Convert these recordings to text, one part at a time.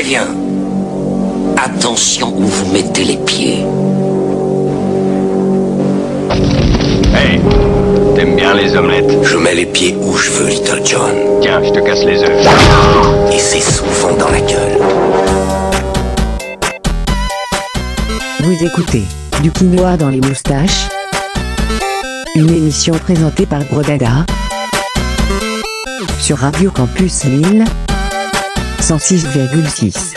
Bien. Attention où vous mettez les pieds. Hey, t'aimes bien les omelettes? Je mets les pieds où je veux, Little John. Tiens, je te casse les œufs. Et c'est souvent dans la gueule. Vous écoutez Du quinoa dans les moustaches, une émission présentée par Brodada sur Radio Campus Lille 106,6.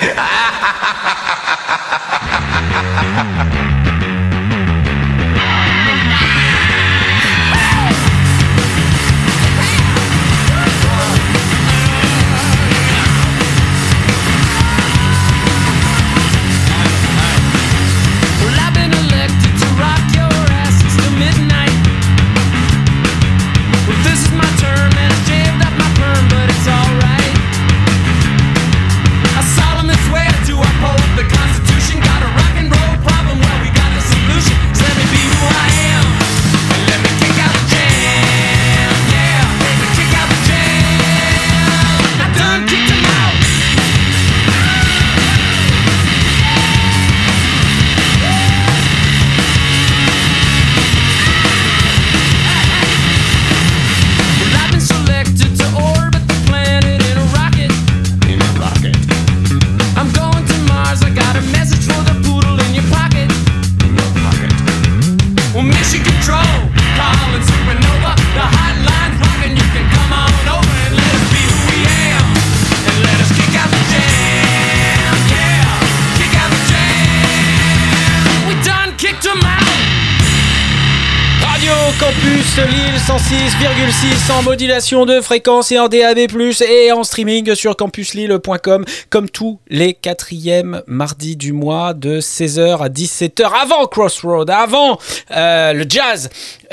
Campus Lille 106,6 en modulation de fréquence et en DAB+, et en streaming sur campuslille.com, comme tous les 4e mardis du mois de 16h à 17h, avant Crossroad, avant le jazz.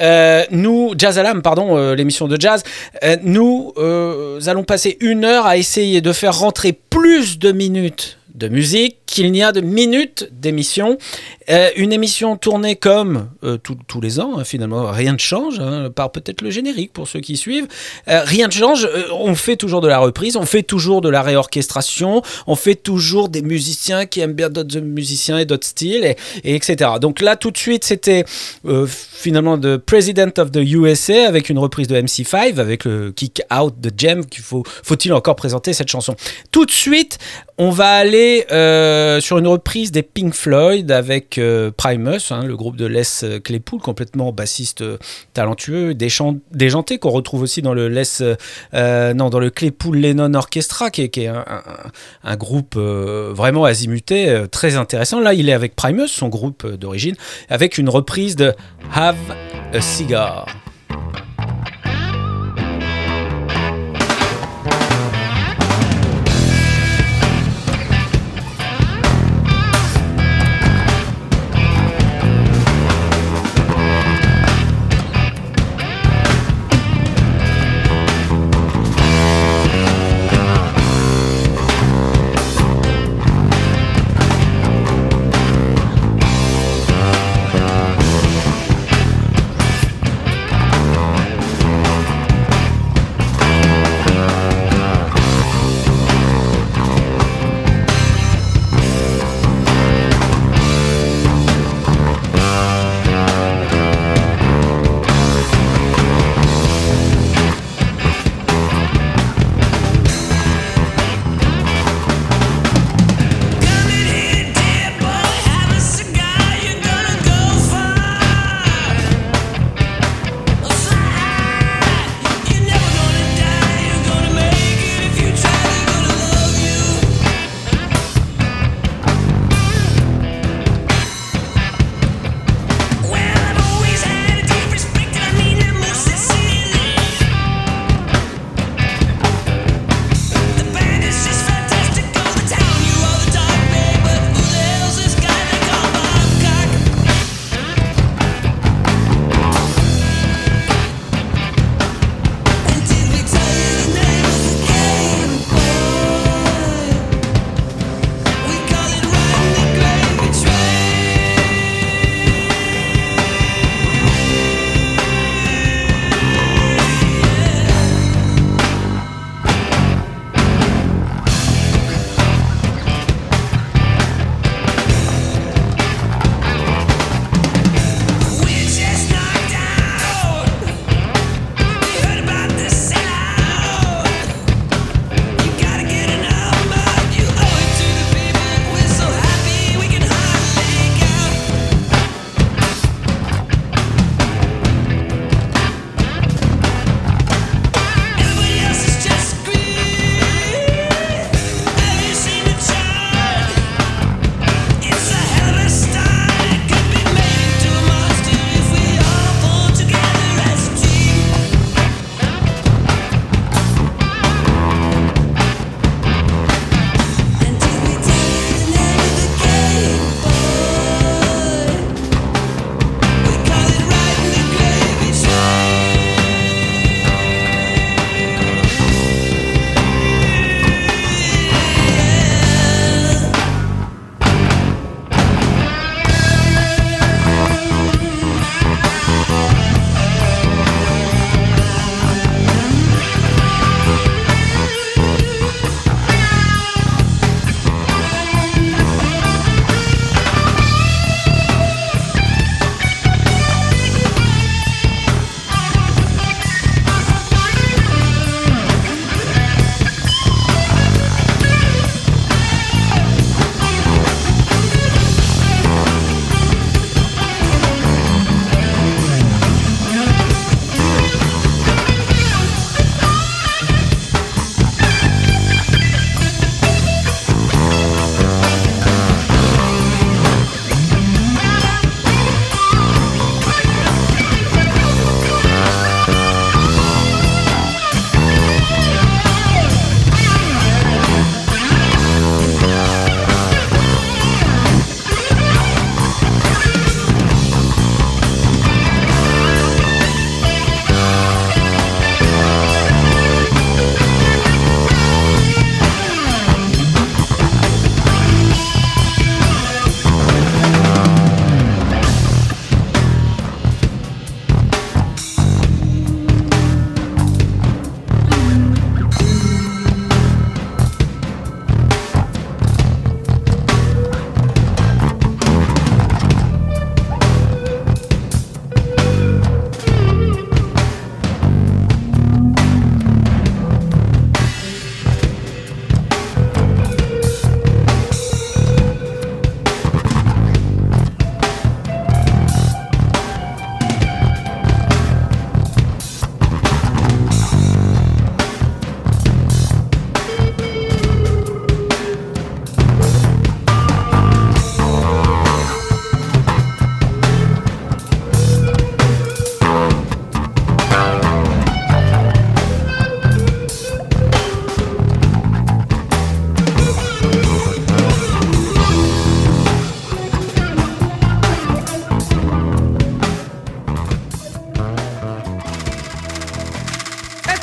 Jazz à l'âme, l'émission de jazz. Nous allons passer 1 heure à essayer de faire rentrer plus de minutes de musique qu'il n'y a de minutes d'émission. Une émission tournée comme tous les ans, finalement, rien ne change, par peut-être le générique pour ceux qui suivent. Rien ne change, on fait toujours de la reprise, on fait toujours de la réorchestration, on fait toujours des musiciens qui aiment bien d'autres musiciens et d'autres styles, et etc. Donc là, tout de suite, c'était finalement The President of the USA avec une reprise de MC5, avec le Kick Out de Jem. Faut-il encore présenter cette chanson? Tout de suite, on va aller sur une reprise des Pink Floyd avec Primus, le groupe de Les Claypool, complètement bassiste talentueux, déjanté, qu'on retrouve aussi dans le dans le Claypool Lennon Orchestra, qui est un groupe vraiment azimuté, très intéressant. Là, il est avec Primus, son groupe d'origine, avec une reprise de Have a Cigar.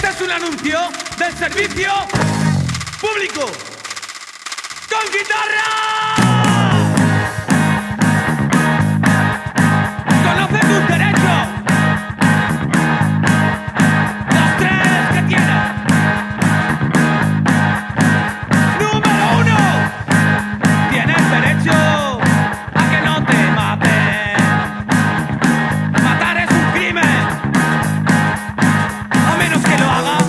Este es un anuncio del servicio público. ¡Con guitarra! ¡Conoce tus derechos! Los tres que tienes. Número 1. Tienes derecho a que no te maten. Matar es un crimen, a menos que lo haga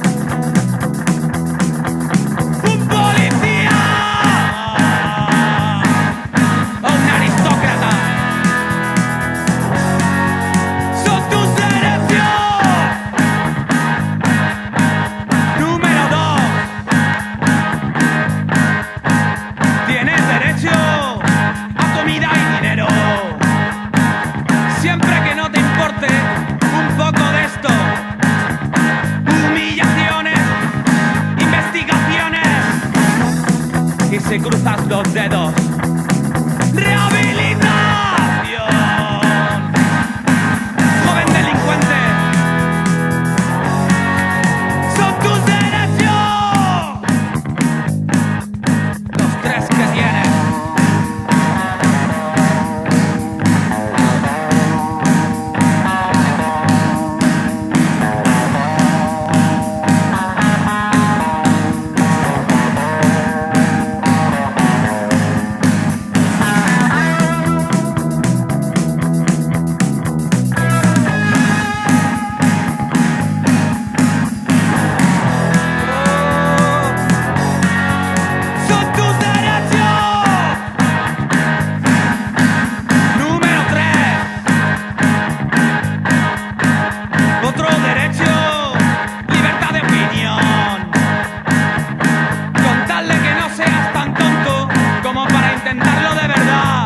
un policía o un aristócrata. Son tus derechos. Número 2. Tienes derecho a comida y dinero, siempre que no te importe un poco de esto. Humillaciones, investigaciones, y si cruzas los dedos, rehabilitación. Joven delincuente, son tus derechos. Los tres que tienes. Son tus derechos. Número 3. Otro derecho, libertad de opinión. Contarle que no seas tan tonto como para intentarlo de verdad.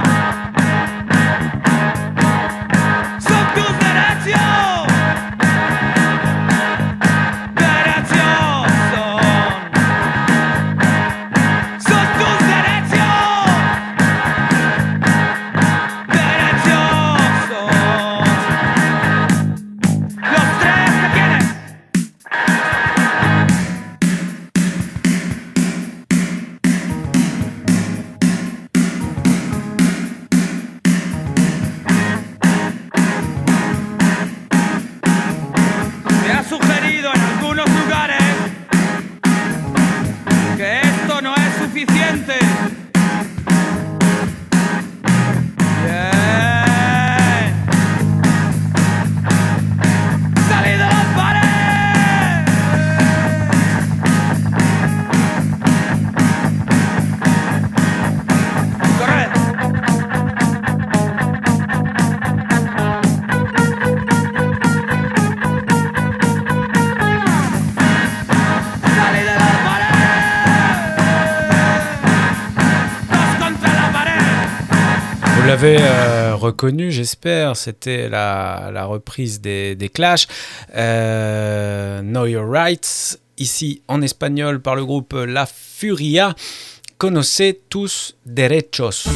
Son tus derechos. Derechos son tus derechos. Derechos son los tres que tienes. Se ha sugerido en algunos lugares que esto no es suficiente. Bien. ¡Salid de las paredes! ¡Corred! ¡Salid de las paredes! ¡Dos contra la pared! Vous l'avez reconnu, j'espère, c'était la reprise des Clash, Know Your Rights, ici en espagnol par le groupe La Furia, Conoce tus derechos.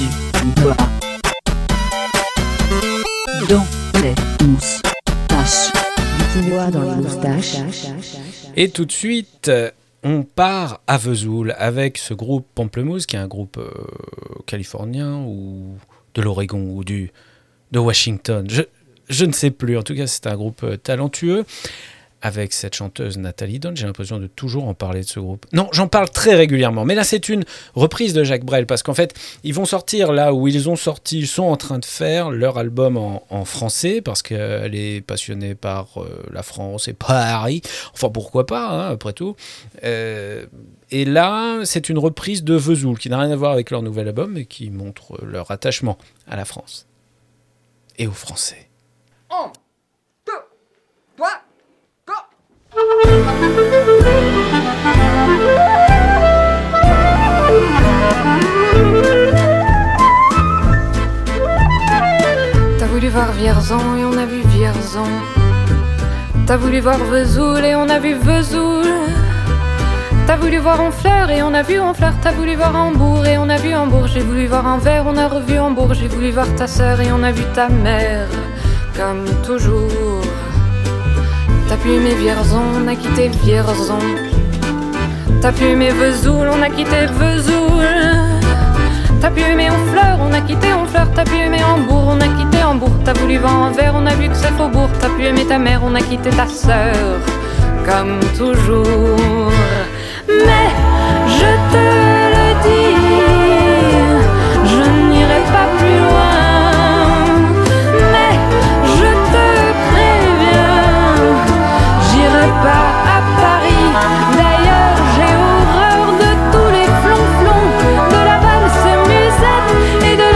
Dans les moustaches. Du quinoa dans les moustaches. Et tout de suite, on part à Vesoul avec ce groupe Pamplemousse, qui est un groupe californien ou de l'Oregon ou de Washington. Je ne sais plus. En tout cas, c'est un groupe talentueux avec cette chanteuse Nathalie Donne. J'ai l'impression de toujours en parler de ce groupe. Non, j'en parle très régulièrement. Mais là, c'est une reprise de Jacques Brel parce qu'en fait, ils vont sortir là où ils ont sorti. Ils sont en train de faire leur album en français parce qu'elle est passionnée par la France et Paris. Enfin, pourquoi pas, hein, après tout. Et là, c'est une reprise de Vesoul qui n'a rien à voir avec leur nouvel album mais qui montre leur attachement à la France et aux Français. 1, 2, 3, go! T'as voulu voir Vierzon et on a vu Vierzon. T'as voulu voir Vesoul et on a vu Vesoul. T'as voulu voir Honfleur et on a vu Honfleur. T'as voulu voir Hambourg et on a vu Hambourg. J'ai voulu voir Anvers, on a revu Hambourg. J'ai voulu voir ta sœur et on a vu ta mère, comme toujours. T'as pu aimer Vierzon, on a quitté Vierzon. T'as pu aimer Vesoul, on a quitté Vesoul. T'as pu aimer Honfleur, on a quitté Honfleur. T'as pu aimer Hambourg, on a quitté Hambourg. T'as voulu vent en verre, on a vu que c'est Faubourg. T'as pu aimer ta mère, on a quitté ta sœur, comme toujours. Mais je te le dis, je n'irai pas plus loin. Mais je te préviens, j'irai pas à Paris. D'ailleurs j'ai horreur de tous les flonflons, de la valse musette et de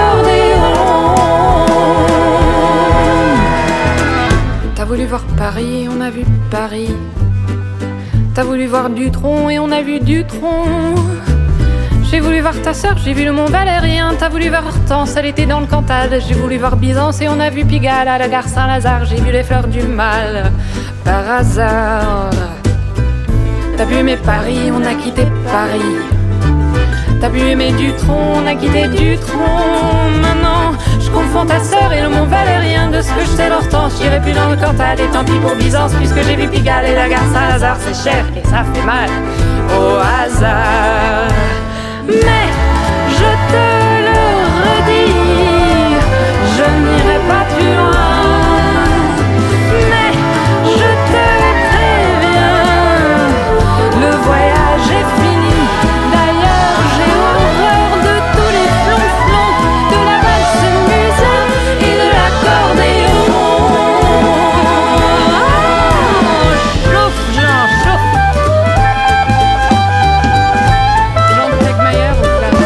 l'accordéon. T'as voulu voir Paris, on a vu Paris. T'as voulu voir Dutronc et on a vu Dutronc. J'ai voulu voir ta sœur, j'ai vu le Mont Valérien. T'as voulu voir Hortense, elle était dans le Cantal. J'ai voulu voir Byzance et on a vu Pigalle à la gare Saint-Lazare. J'ai vu les fleurs du mal par hasard. T'as pu aimer Paris, on a quitté Paris. T'as pu aimer Dutronc, on a quitté Dutronc. Maintenant, je confonds ta sœur et le Mont Valérien. De ce que je sais l'Hortense, j'irai plus dans le Cantal. Et tant pis pour Byzance, puisque j'ai vu Pigalle et la gare Saint-Lazare. C'est cher et ça fait mal au hasard. Mais je te le redis, je n'irai pas plus loin. Mais je te préviens, le voyage est fini. D'ailleurs j'ai horreur de tous les flonflons, de la valse musette et de l'accordéon. Chauffe, Jean, chauffe. Jean de Tegmayer ou Flamme.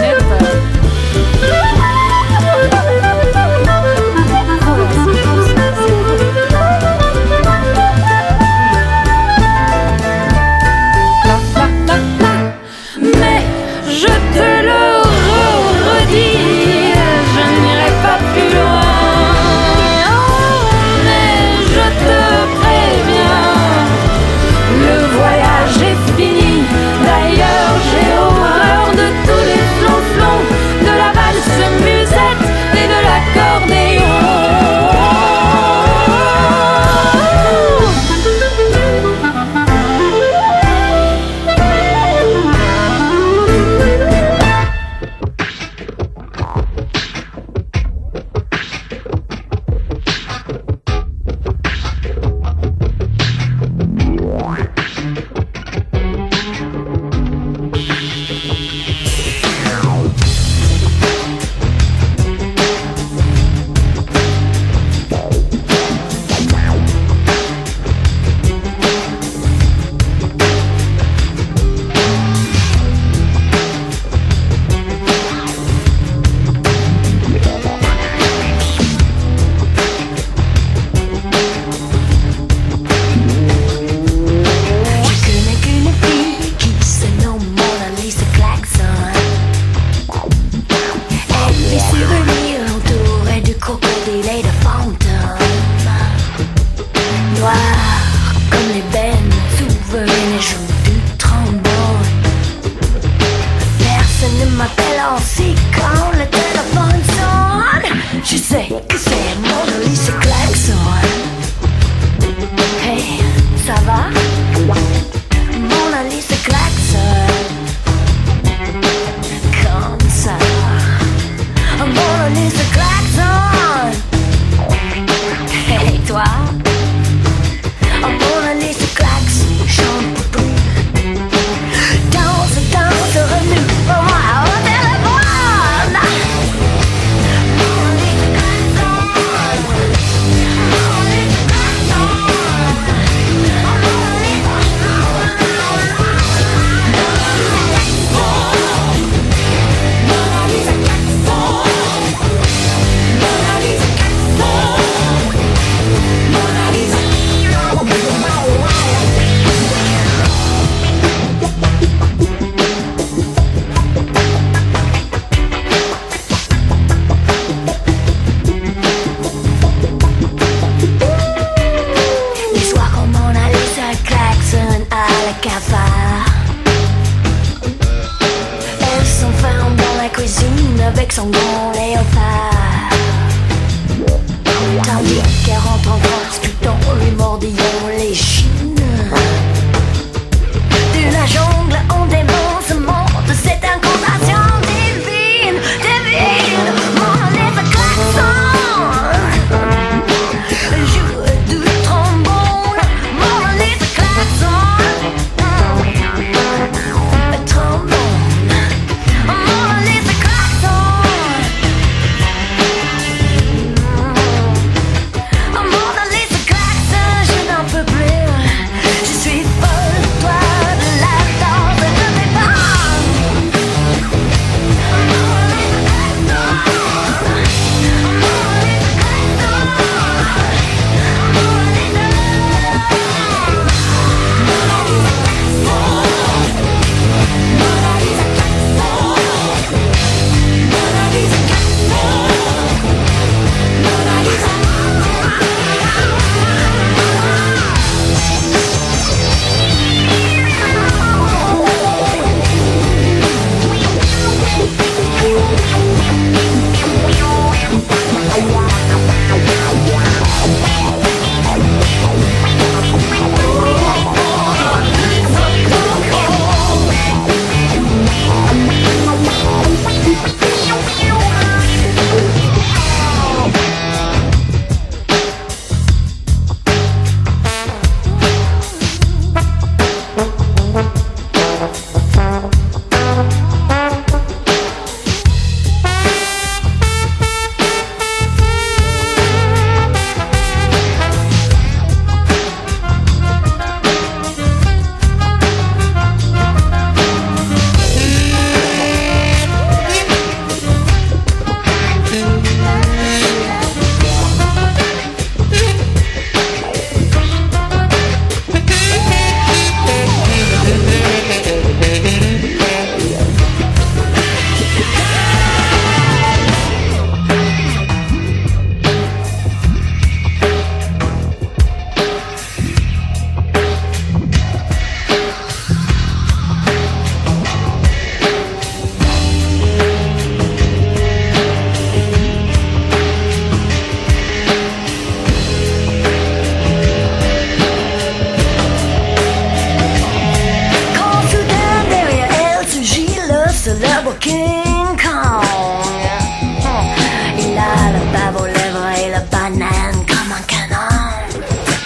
King Kong. Il a la bave aux lèvres et la banane comme un canon.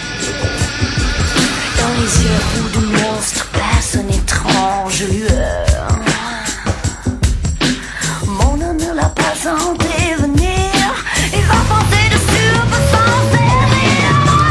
Dans les yeux roux du monstre passe une étrange lueur. Mon homme ne l'a pas senti venir. Il va penser dessus pour s'en servir.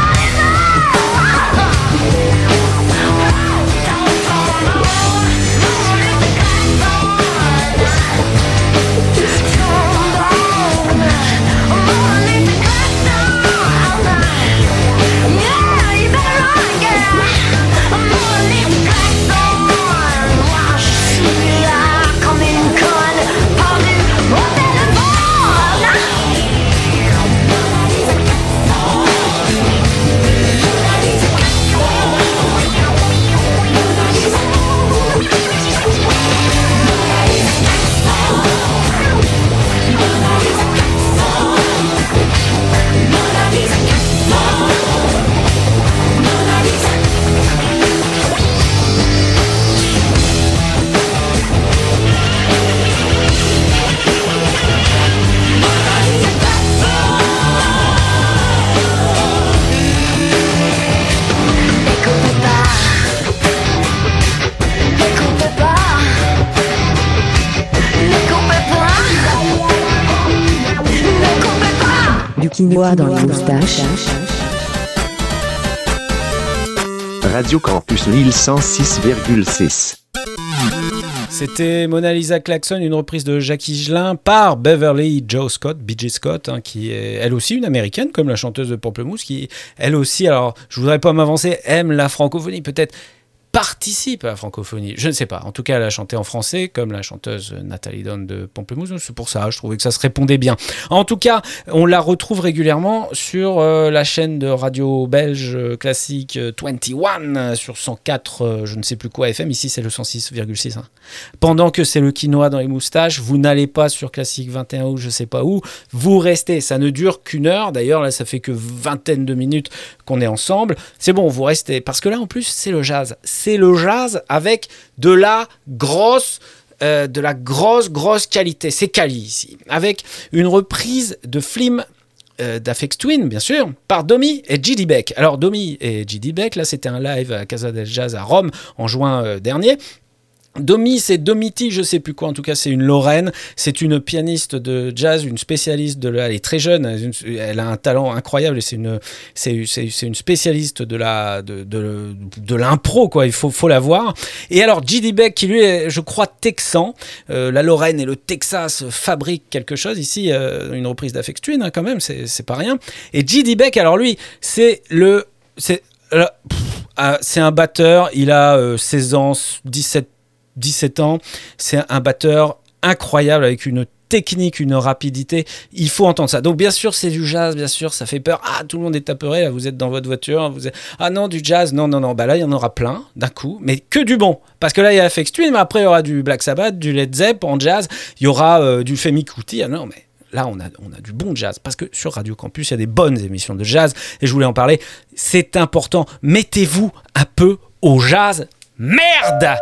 Du quinoa dans les moustaches. Radio Campus Lille 106,6. C'était Mona Lisa Klaxon, une reprise de Jacques Higelin par Beverly Joe Scott, B.J. Scott, qui est elle aussi une américaine, comme la chanteuse de Pamplemousse, qui elle aussi, alors je voudrais pas m'avancer, aime la francophonie, peut-être participe à la francophonie, je ne sais pas. En tout cas, elle a chanté en français, comme la chanteuse Nathalie Donne de Pamplemousse. C'est pour ça, je trouvais que ça se répondait bien. En tout cas, on la retrouve régulièrement sur la chaîne de radio belge classique 21, sur 104, je ne sais plus quoi FM. Ici, c'est le 106,6. Pendant que c'est le quinoa dans les moustaches, vous n'allez pas sur Classique 21 ou je ne sais pas où. Vous restez. Ça ne dure qu'une heure. D'ailleurs, là, ça fait que vingtaine de minutes qu'on est ensemble. C'est bon, vous restez. Parce que là, en plus, c'est le jazz. C'est le jazz avec de la grosse qualité. C'est quali ici. Avec une reprise de Flim d'Aphex Twin, bien sûr, par Domi et J.D. Beck. Alors, Domi et J.D. Beck, là, c'était un live à Casa del Jazz à Rome en juin dernier. Domi, c'est Domiti, je sais plus quoi, en tout cas c'est une Lorraine, c'est une pianiste de jazz, une spécialiste elle est très jeune, elle a un talent incroyable et c'est une spécialiste de l'impro, quoi, il faut la voir. Et alors J.D. Beck, qui lui est, je crois, texan, la Lorraine et le Texas fabriquent quelque chose, ici une reprise d'Aphex Twin, quand même, c'est pas rien. Et J.D. Beck, alors lui, c'est un batteur, il a 16 ans, 17 ans, c'est un batteur incroyable avec une technique, une rapidité, il faut entendre ça. Donc bien sûr c'est du jazz, bien sûr ça fait peur, tout le monde est apeuré, là, vous êtes dans votre voiture, non du jazz, non, bah là il y en aura plein d'un coup, mais que du bon, parce que là il y a Aphex Twin, mais après il y aura du Black Sabbath, du Led Zepp en jazz, il y aura du Femi Kuti, non mais là, on a du bon jazz, parce que sur Radio Campus, il y a des bonnes émissions de jazz, et je voulais en parler, c'est important, mettez-vous un peu au jazz, merde!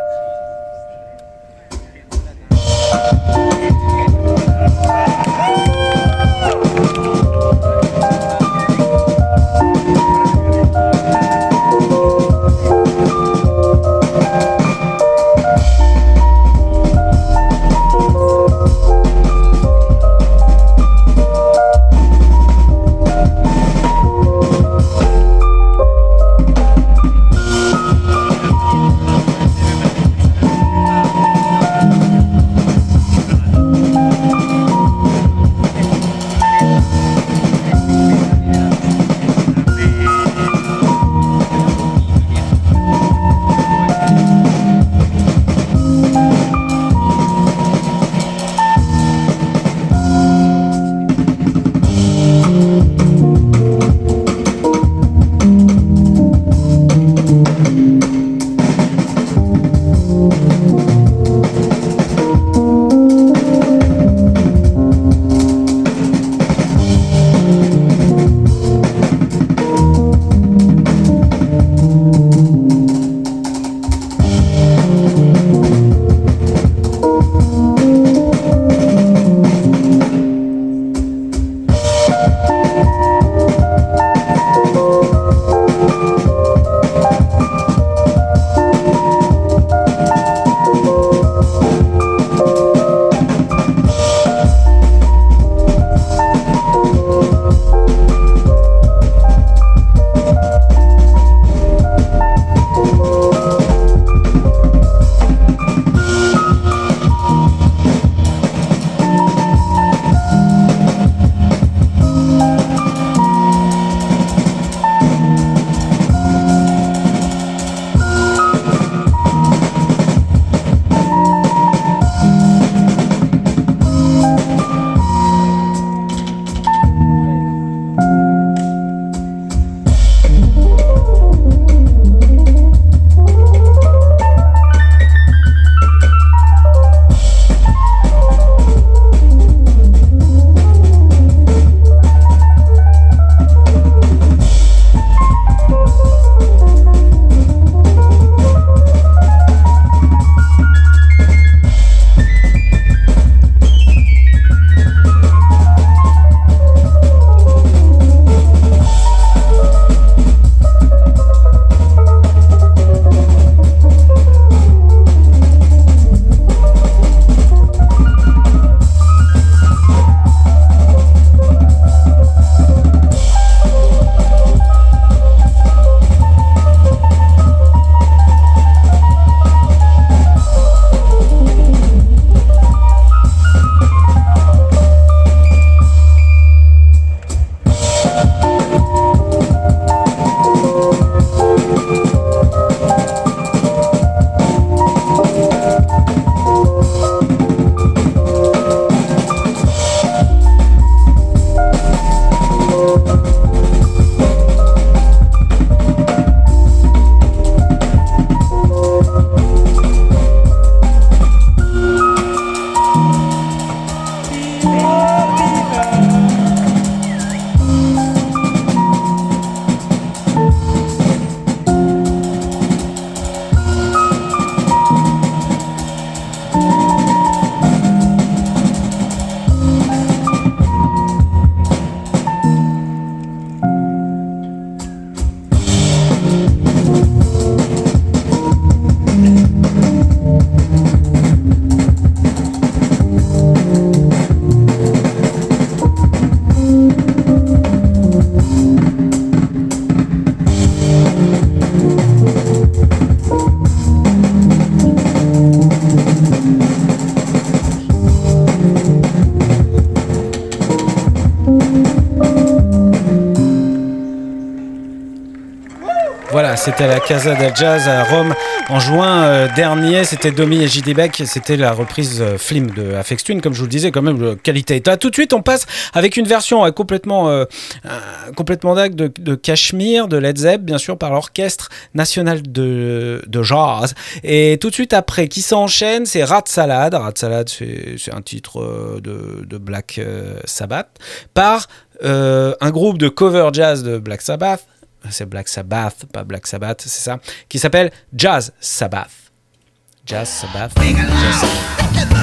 c'était à la Casa del Jazz à Rome en juin dernier. C'était Domi et JD Beck. C'était la reprise film de Aphex Twin, comme je vous le disais, quand même qualité état. Tout de suite, on passe avec une version complètement dingue de Cashmere, de Led Zepp, bien sûr, par l'Orchestre National de Jazz. Et tout de suite après, qui s'enchaîne, c'est Rat Salad. Rat Salad, c'est un titre de Black Sabbath, par un groupe de cover jazz de Black Sabbath. C'est Black Sabbath, pas Black Sabbath, c'est ça, qui s'appelle Jazz Sabbath. Jazz Sabbath. Jazz Sabbath.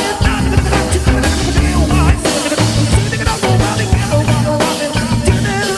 Thank you.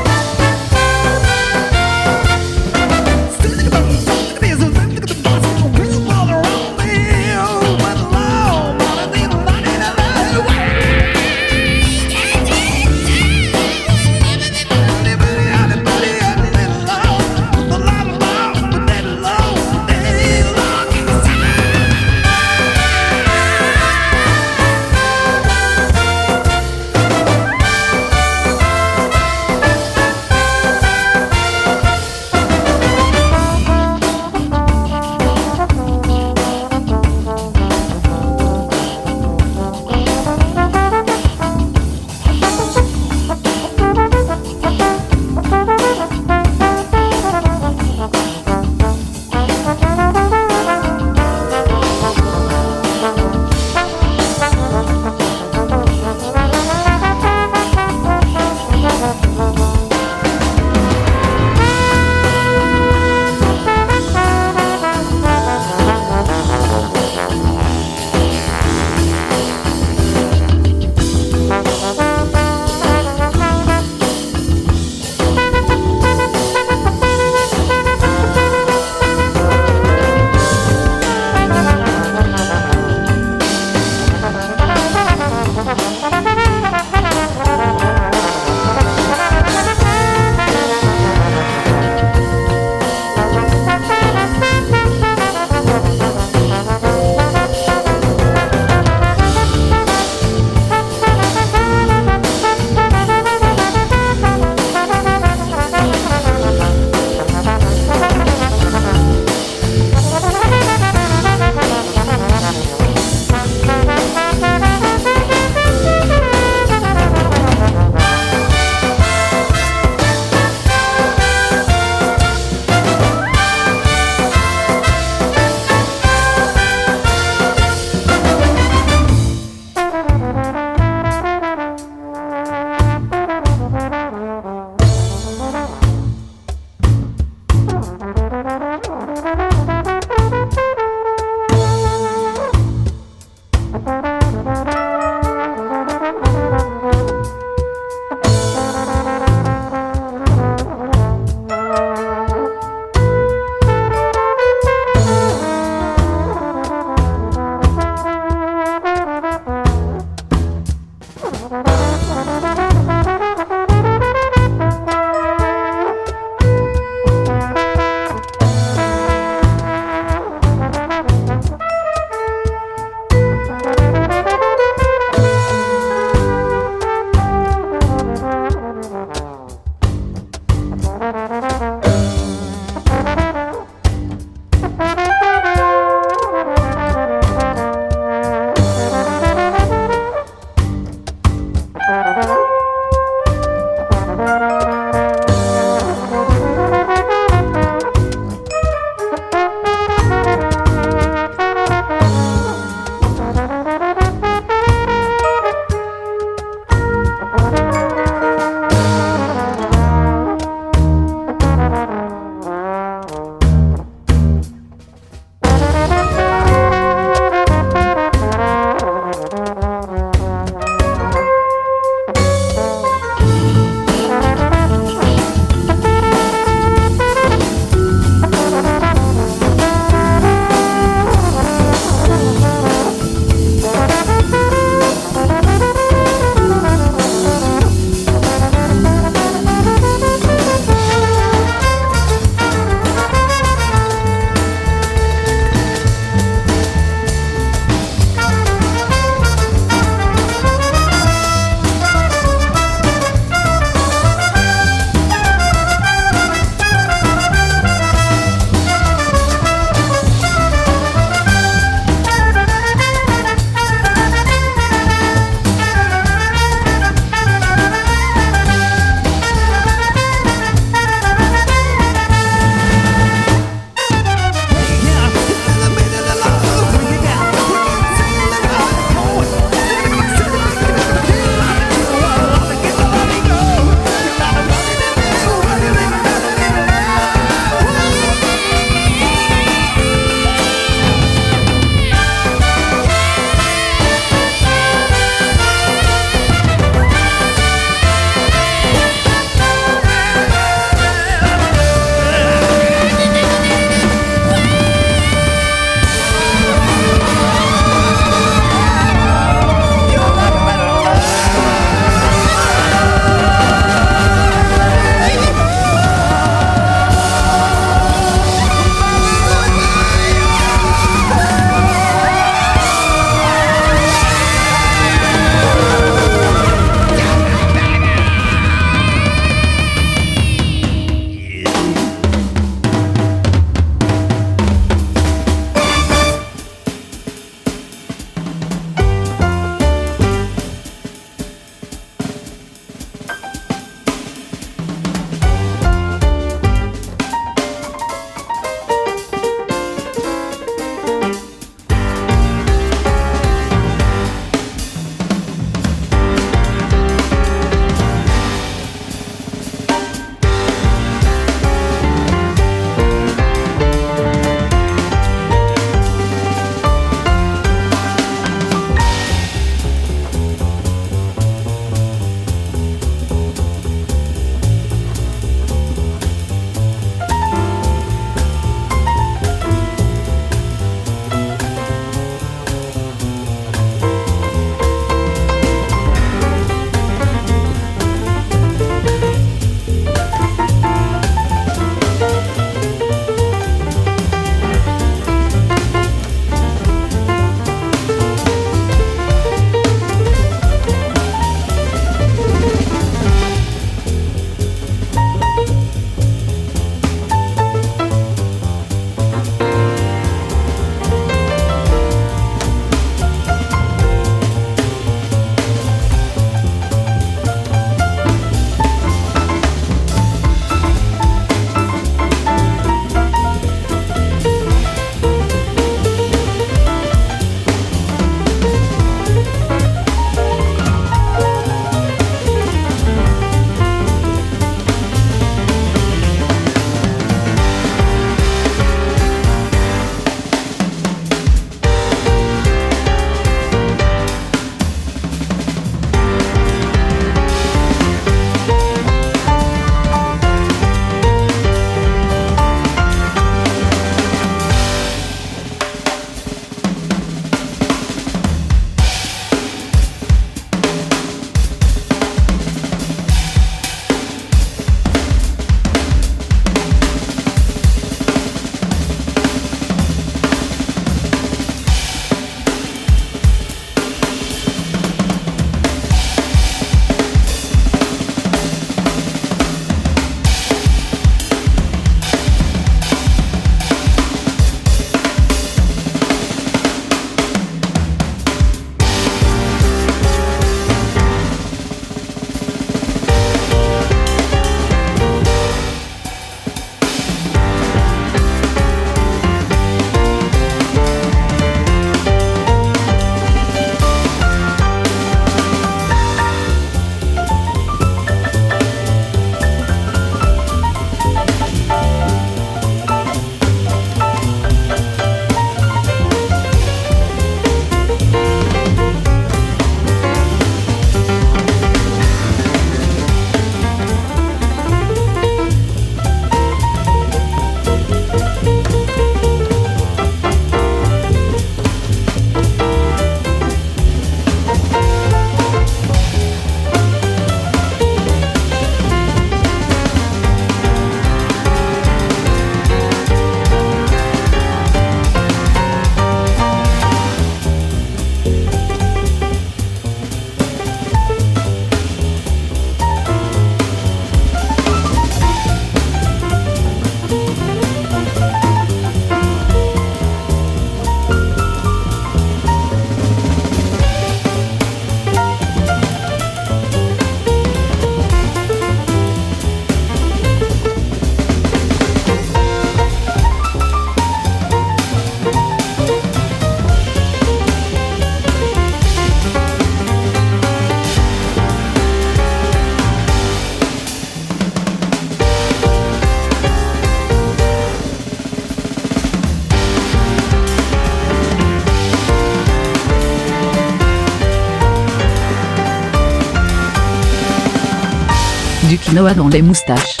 Du quinoa dans les moustaches.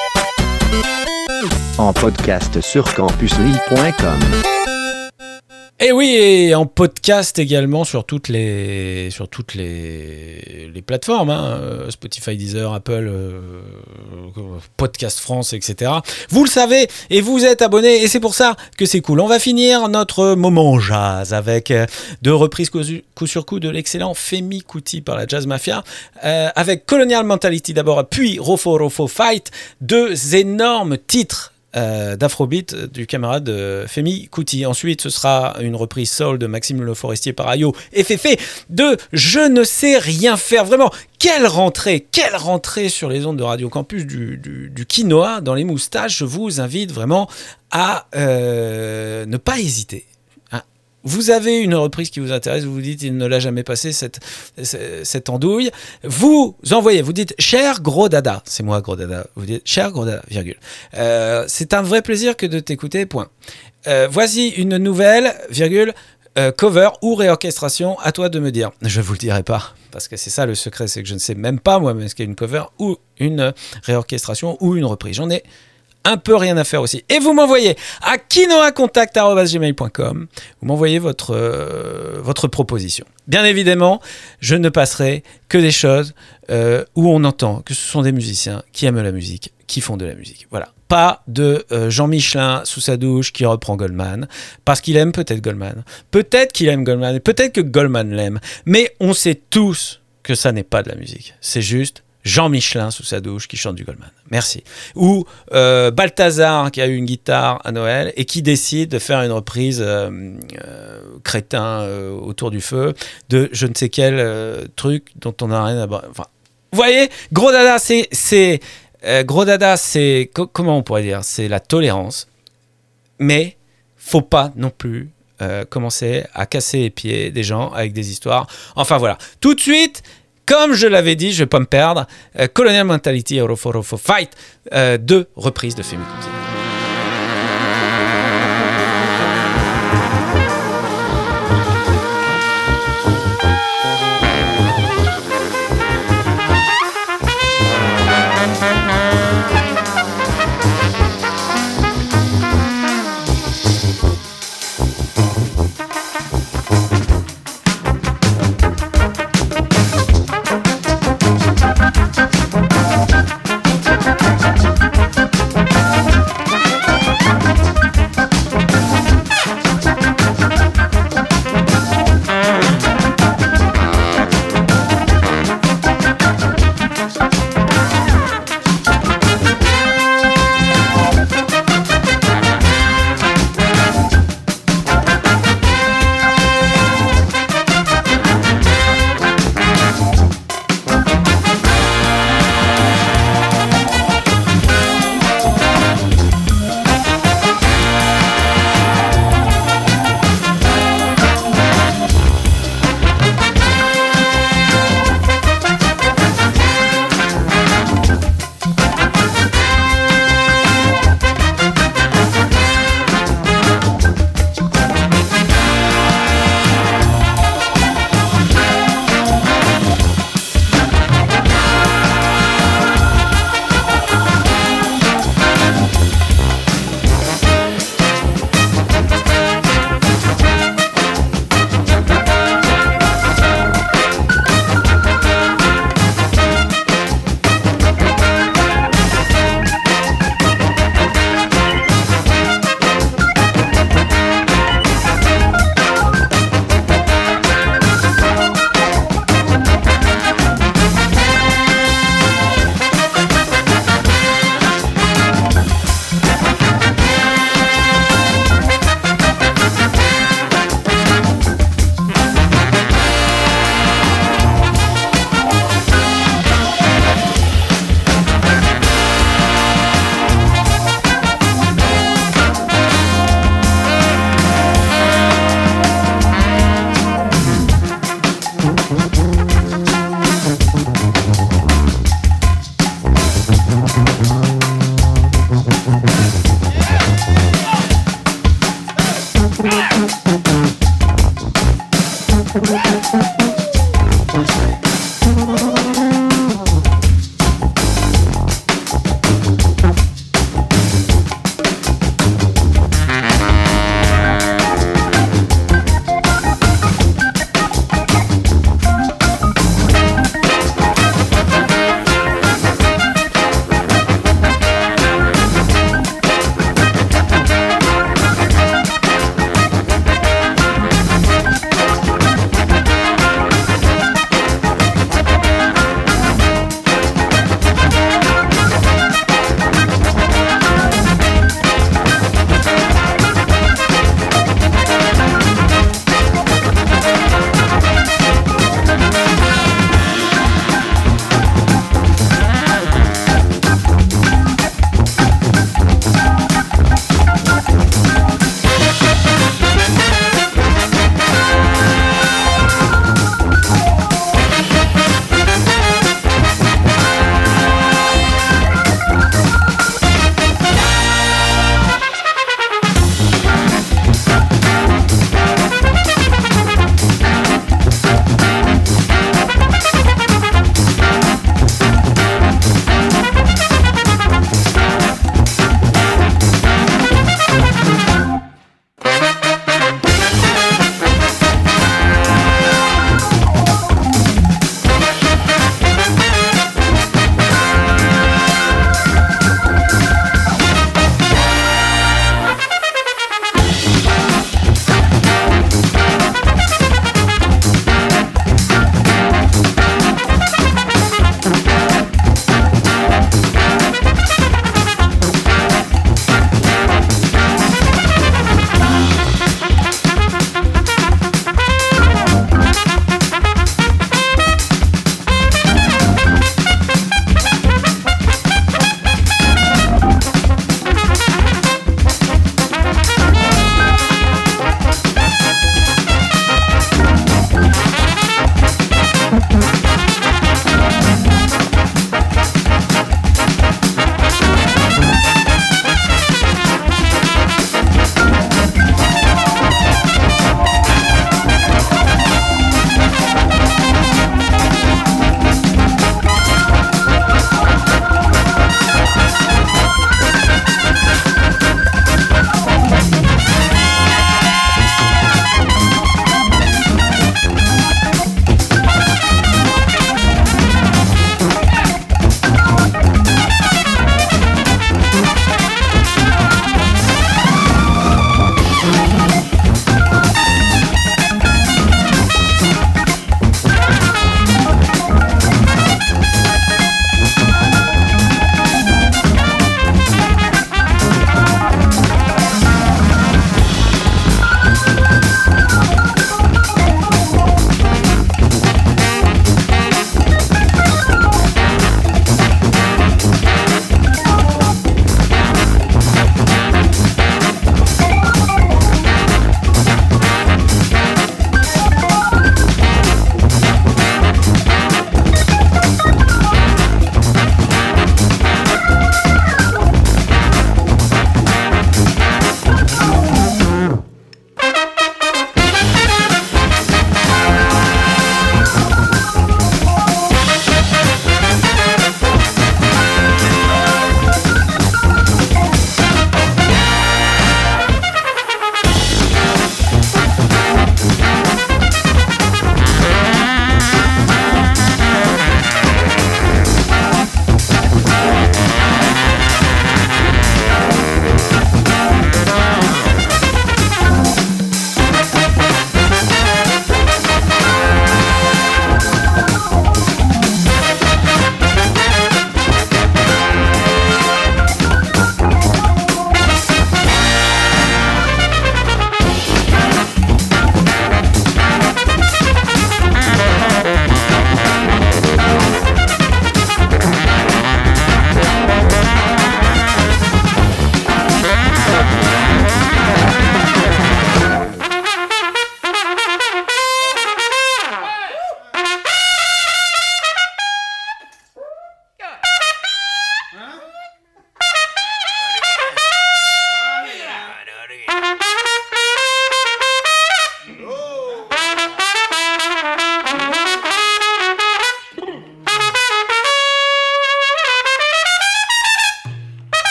En podcast sur campuslille.com. Et oui, et en podcast également sur toutes les plateformes, hein, Spotify, Deezer, Apple, Podcast France, etc. Vous le savez et vous êtes abonnés et c'est pour ça que c'est cool. On va finir notre moment jazz avec deux reprises coup sur coup de l'excellent Femi Kuti par la Jazz Mafia, avec Colonial Mentality d'abord, puis Rofo Rofo Fight, deux énormes titres d'Afrobeat du camarade Femi Kuti. Ensuite, ce sera une reprise soul de Maxime Le Forestier par Ayo et Féfé de Je ne sais rien faire. Vraiment, quelle rentrée sur les ondes de Radio Campus du quinoa dans les moustaches. Je vous invite vraiment à ne pas hésiter. Vous avez une reprise qui vous intéresse, vous vous dites il ne l'a jamais passé cette andouille. Vous envoyez, vous dites cher gros dada, c'est moi gros dada, vous dites cher gros dada, virgule. C'est un vrai plaisir que de t'écouter, point. Voici une nouvelle, virgule, cover ou réorchestration, à toi de me dire. Je vous le dirai pas, parce que c'est ça le secret, c'est que je ne sais même pas moi-même ce qu'est une cover ou une réorchestration ou une reprise. J'en ai un peu rien à faire aussi. Et vous m'envoyez à quinoacontact@gmail.com. Vous m'envoyez votre proposition. Bien évidemment, je ne passerai que des choses où on entend que ce sont des musiciens qui aiment la musique, qui font de la musique. Voilà. Pas de Jean Michelin sous sa douche qui reprend Goldman, parce qu'il aime peut-être Goldman. Peut-être qu'il aime Goldman, peut-être que Goldman l'aime. Mais on sait tous que ça n'est pas de la musique. C'est juste Jean Michelin sous sa douche qui chante du Goldman. Merci. Ou Balthazar qui a eu une guitare à Noël et qui décide de faire une reprise crétin autour du feu de je ne sais quel truc dont on n'a rien à... Enfin, vous voyez, Gros Dada, c'est comment on pourrait dire, c'est la tolérance. Mais faut pas non plus commencer à casser les pieds des gens avec des histoires. Enfin voilà. Tout de suite... Comme je l'avais dit, je ne vais pas me perdre. Colonial Mentality et Rofo Rofo Fight, deux reprises de Femi Kuti.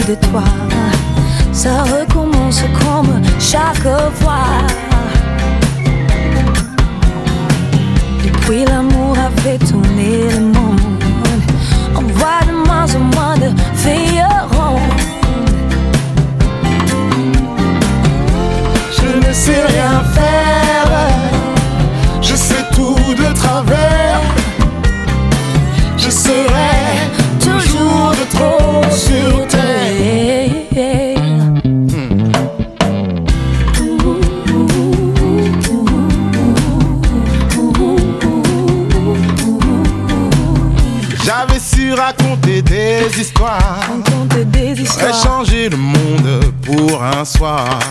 de toi. Ça recommence comme chaque fois. Depuis l'amour a fait tourner le monde, on voit de moins en moins de filles rondes. Je ne sais rien faire, je sais tout de travers. Je serai toujours de trop sur terre. J'avais su raconter des histoires, changer le monde pour un soir.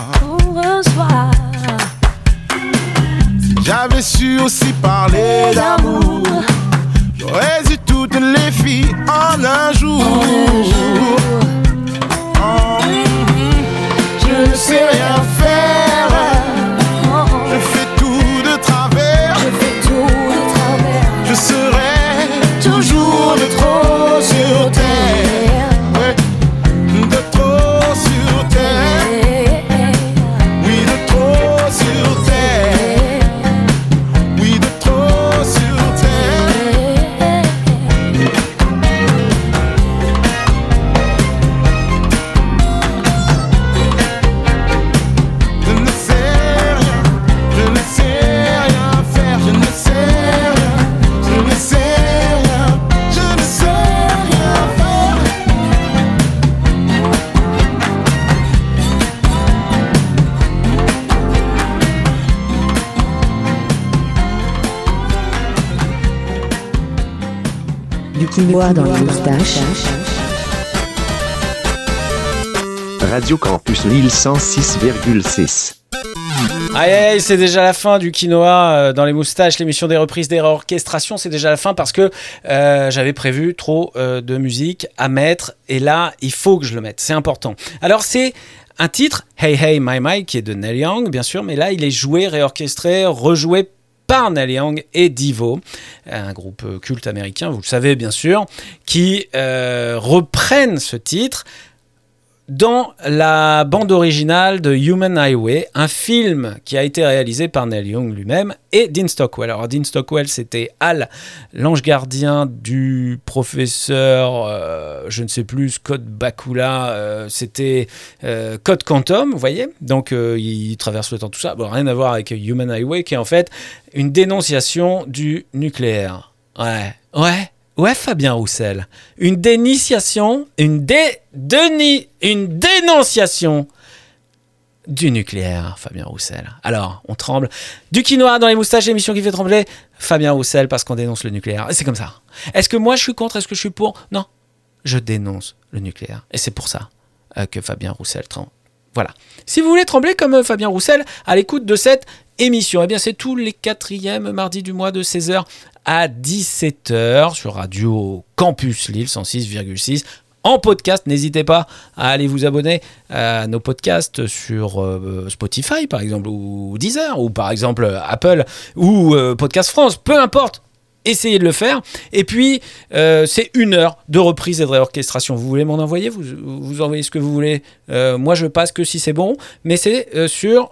J'avais su aussi parler d'amour, j'aurais eu toutes les filles en un jour. Je ne sais rien faire, je fais tout de travers. Je serai toujours de trop sur terre. Ouais, de trop sur terre. Oui, de trop sur terre. Oui, de trop sur terre. Je ne sais rien, je ne sais rien faire, je ne sais rien, je ne sais rien, je ne sais rien faire. Du quinoa dans les moustaches. Radio Campus Lille 106,6. Aïe aïe, c'est déjà la fin du quinoa dans les moustaches, l'émission des reprises des réorchestrations. C'est déjà la fin parce que j'avais prévu trop de musique à mettre et là, il faut que je le mette, c'est important. Alors c'est un titre, Hey Hey My My, qui est de Neil Young bien sûr, mais là il est joué, réorchestré, rejoué par Neil Young et Devo, un groupe culte américain, vous le savez bien sûr, qui reprennent ce titre dans la bande originale de Human Highway, un film qui a été réalisé par Neil Young lui-même et Dean Stockwell. Alors Dean Stockwell, c'était Hal, l'ange gardien du professeur, je ne sais plus, Scott Bakula, c'était Code Quantum, vous voyez. Donc il traverse le temps, tout ça. Bon, rien à voir avec Human Highway, qui est en fait une dénonciation du nucléaire. Ouais, Fabien Roussel. Une dénonciation, une dénonciation du nucléaire, Fabien Roussel. Alors, on tremble. Du quinoa dans les moustaches, l'émission qui fait trembler Fabien Roussel parce qu'on dénonce le nucléaire. Et c'est comme ça. Est-ce que moi je suis contre? Est-ce que je suis pour? Non, je dénonce le nucléaire. Et c'est pour ça que Fabien Roussel tremble. Voilà. Si vous voulez trembler comme Fabien Roussel à l'écoute de cette émission, eh bien c'est tous les 4e mardis du mois de 16h à 17h sur Radio Campus Lille 106,6 en podcast. N'hésitez pas à aller vous abonner à nos podcasts sur Spotify par exemple, ou Deezer, ou par exemple Apple ou Podcast France, peu importe. Essayez de le faire. Et puis, c'est 1 heure de reprise et de réorchestration. Vous voulez m'en envoyer? Vous envoyez ce que vous voulez. Moi, je passe que si c'est bon. Mais c'est sur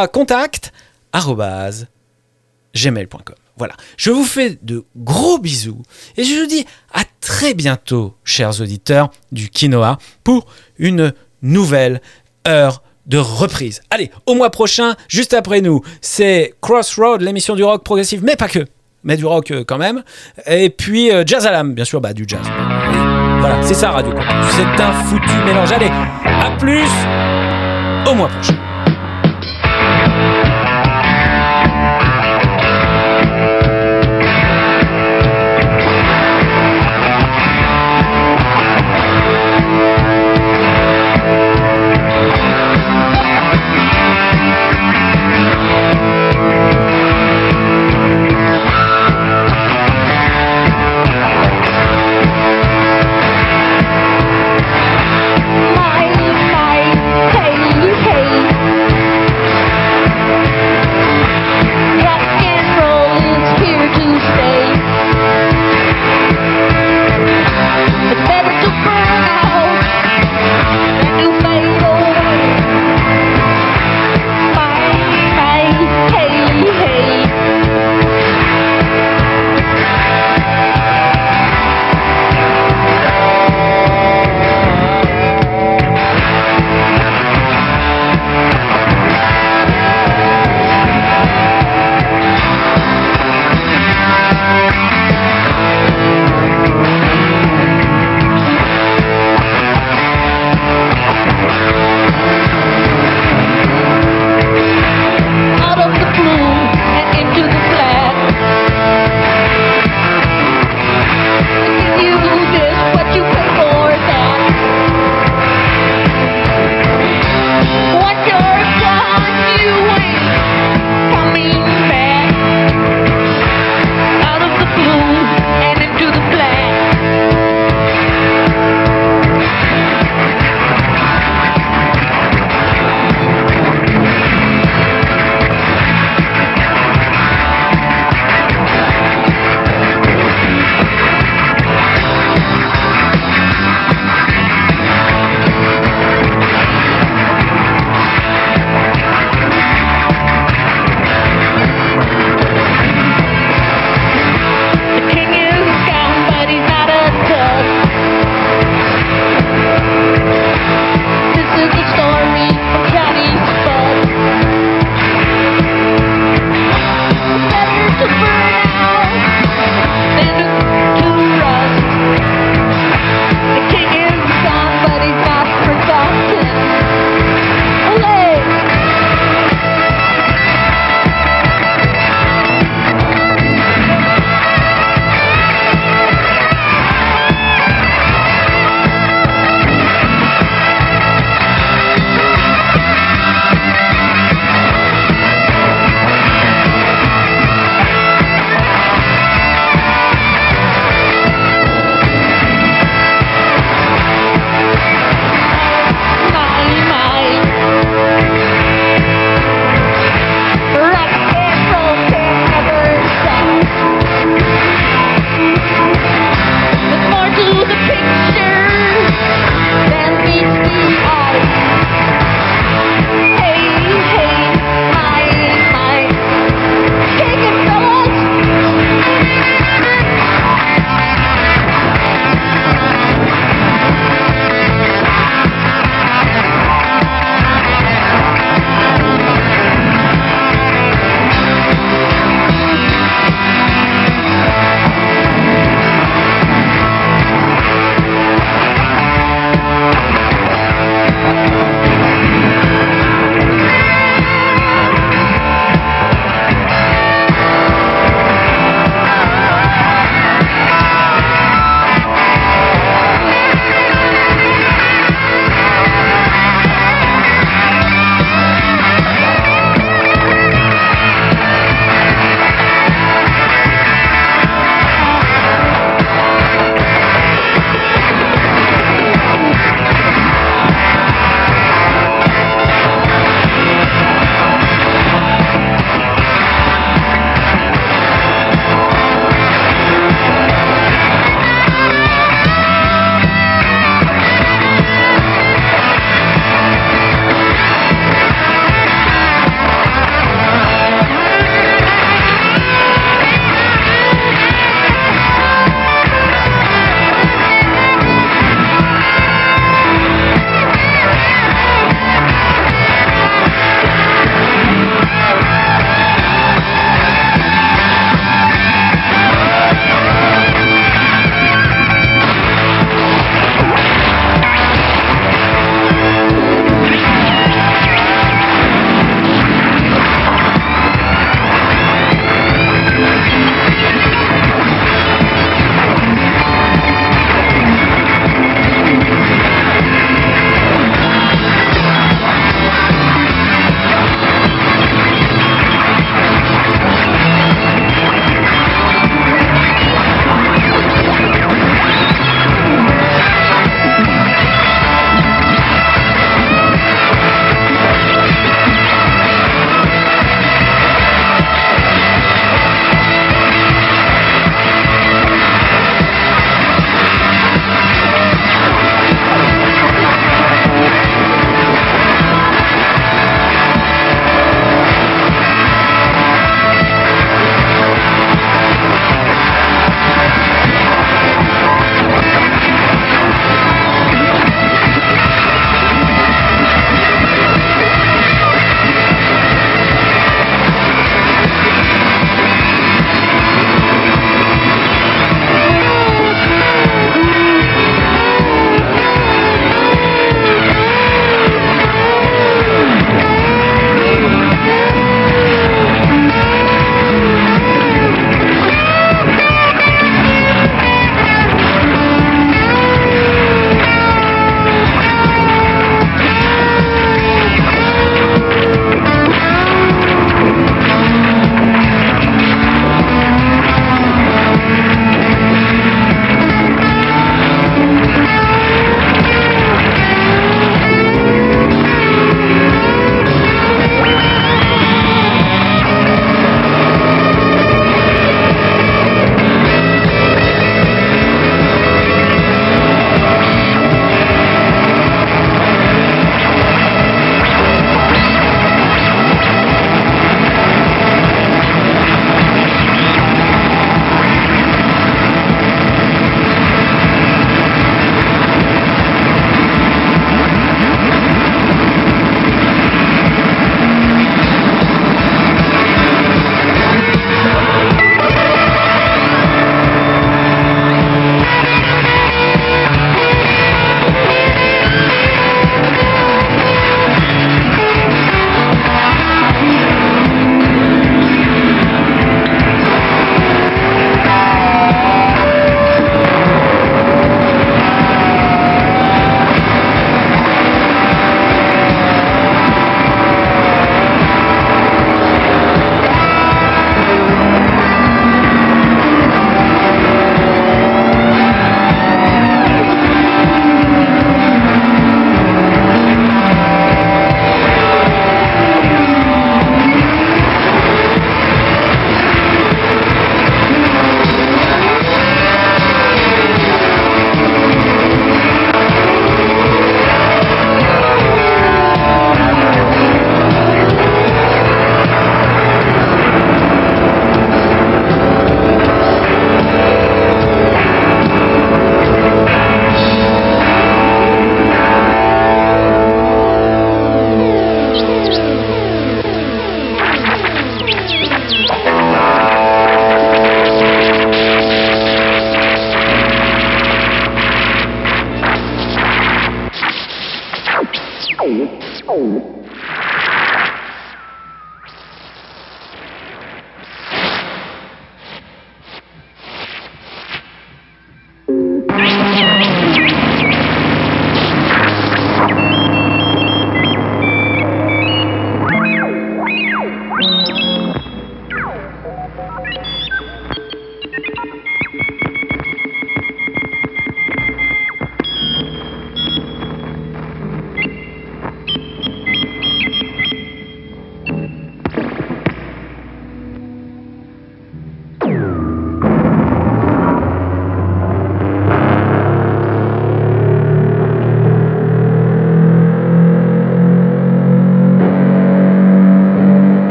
quinoacontact@gmail.com. Voilà. Je vous fais de gros bisous. Et je vous dis à très bientôt, chers auditeurs du quinoa, pour une nouvelle heure de reprise. Allez, au mois prochain, juste après nous, c'est Crossroad, l'émission du rock progressif, mais pas que. Mais du rock quand même. Et puis Jazz Alarm, bien sûr, du jazz. Voilà, c'est ça Radio Campus. C'est un foutu mélange. Allez, à plus, au mois prochain.